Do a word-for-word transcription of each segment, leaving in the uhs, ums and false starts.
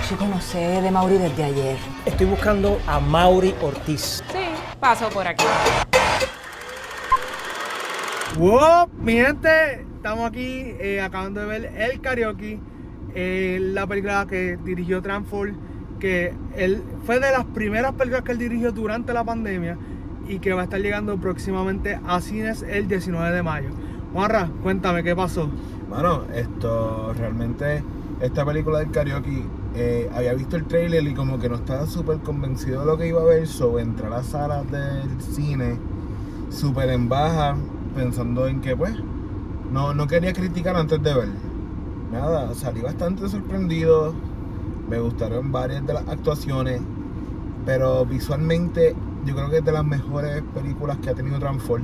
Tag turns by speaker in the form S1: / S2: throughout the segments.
S1: Chico, no sé de Mauri desde ayer.
S2: Estoy buscando a Mauri Ortiz.
S3: Sí, paso por aquí.
S4: ¡Wow! Mi gente, estamos aquí eh, acabando de ver El Karaoke, eh, la película que dirigió Transform, que él fue de las primeras películas que él dirigió durante la pandemia y que va a estar llegando próximamente a cines el diecinueve de mayo. Juanra, cuéntame, ¿qué pasó?
S5: Bueno, esto realmente, esta película del Karaoke, eh, había visto el trailer y como que no estaba súper convencido de lo que iba a ver, so entré a las salas del cine súper en baja, pensando en que pues no, no quería criticar antes de ver. Nada, salí bastante sorprendido, me gustaron varias de las actuaciones, pero visualmente yo creo que es de las mejores películas que ha tenido Transform.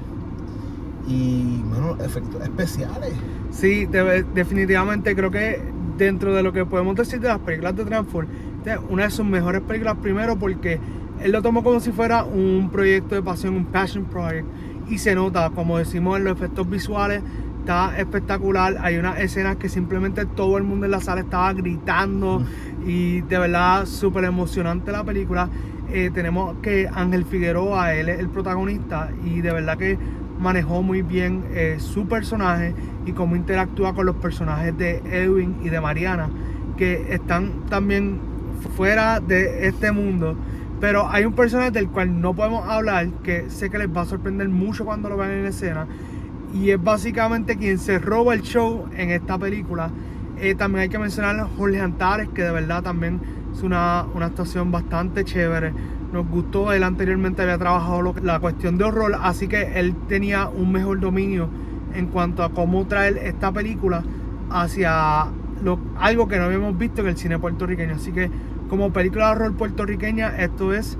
S5: Y, bueno, efectos especiales.
S4: Sí, de, definitivamente creo que dentro de lo que podemos decir de las películas de Transform, esta es una de sus mejores películas, primero porque él lo tomó como si fuera un proyecto de pasión, un passion project, y se nota, como decimos, en los efectos visuales está espectacular. Hay unas escenas que simplemente todo el mundo en la sala estaba gritando y de verdad súper emocionante la película. Eh, tenemos que Ángel Figueroa, él es el protagonista y de verdad que manejó muy bien eh, su personaje y cómo interactúa con los personajes de Edwin y de Mariana, que están también fuera de este mundo. Pero hay un personaje del cual no podemos hablar, que sé que les va a sorprender mucho cuando lo vean en escena, y es básicamente quien se roba el show en esta película. Eh, también hay que mencionar a Jorge Antares, que de verdad también es una, una actuación bastante chévere. Nos gustó, él anteriormente había trabajado lo, la cuestión de horror, así que él tenía un mejor dominio en cuanto a cómo traer esta película hacia lo, algo que no habíamos visto en el cine puertorriqueño. Así que como película de horror puertorriqueña, esto es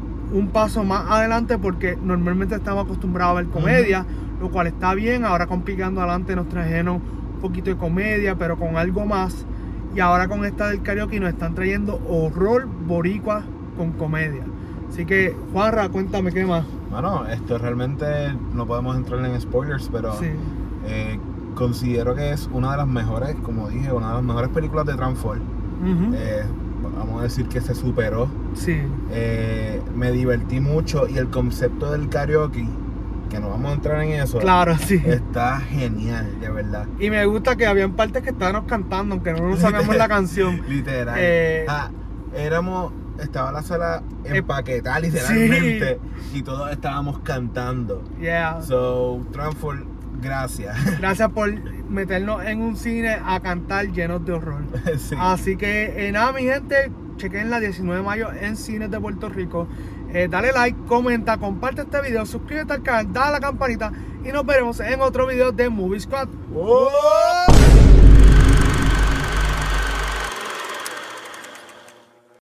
S4: un paso más adelante, porque normalmente estamos acostumbrados a ver comedia, uh-huh. lo cual está bien. Ahora con Picando Adelante nos trajeron un poquito de comedia, pero con algo más. Y ahora con esta del Karaoke nos están trayendo horror boricua con comedia. Así que, Juanra, cuéntame qué más.
S5: Bueno, esto realmente no podemos entrar en spoilers, pero
S4: sí.
S5: eh, considero que es una de las mejores, como dije, una de las mejores películas de Transform.
S4: Uh-huh.
S5: eh, vamos a decir que se superó.
S4: Sí.
S5: Eh, me divertí mucho y el concepto del karaoke, que no vamos a entrar en eso,
S4: claro, sí,
S5: está genial, de verdad.
S4: Y me gusta que habían partes que estábamos cantando, aunque no nos sabíamos la canción.
S5: Literal.
S4: Eh,
S5: ah, éramos, estaba la sala empaquetada literalmente, sí. Y todos estábamos cantando.
S4: Yeah.
S5: So, Transform, gracias.
S4: Gracias por meternos en un cine a cantar llenos de horror.
S5: Sí.
S4: Así que, eh, nada, mi gente, chequen la diecinueve de mayo en cines de Puerto Rico. Eh, dale like, comenta, comparte este video, suscríbete al canal, dale a la campanita y nos veremos en otro video de Movie Squad.
S5: ¡Oh!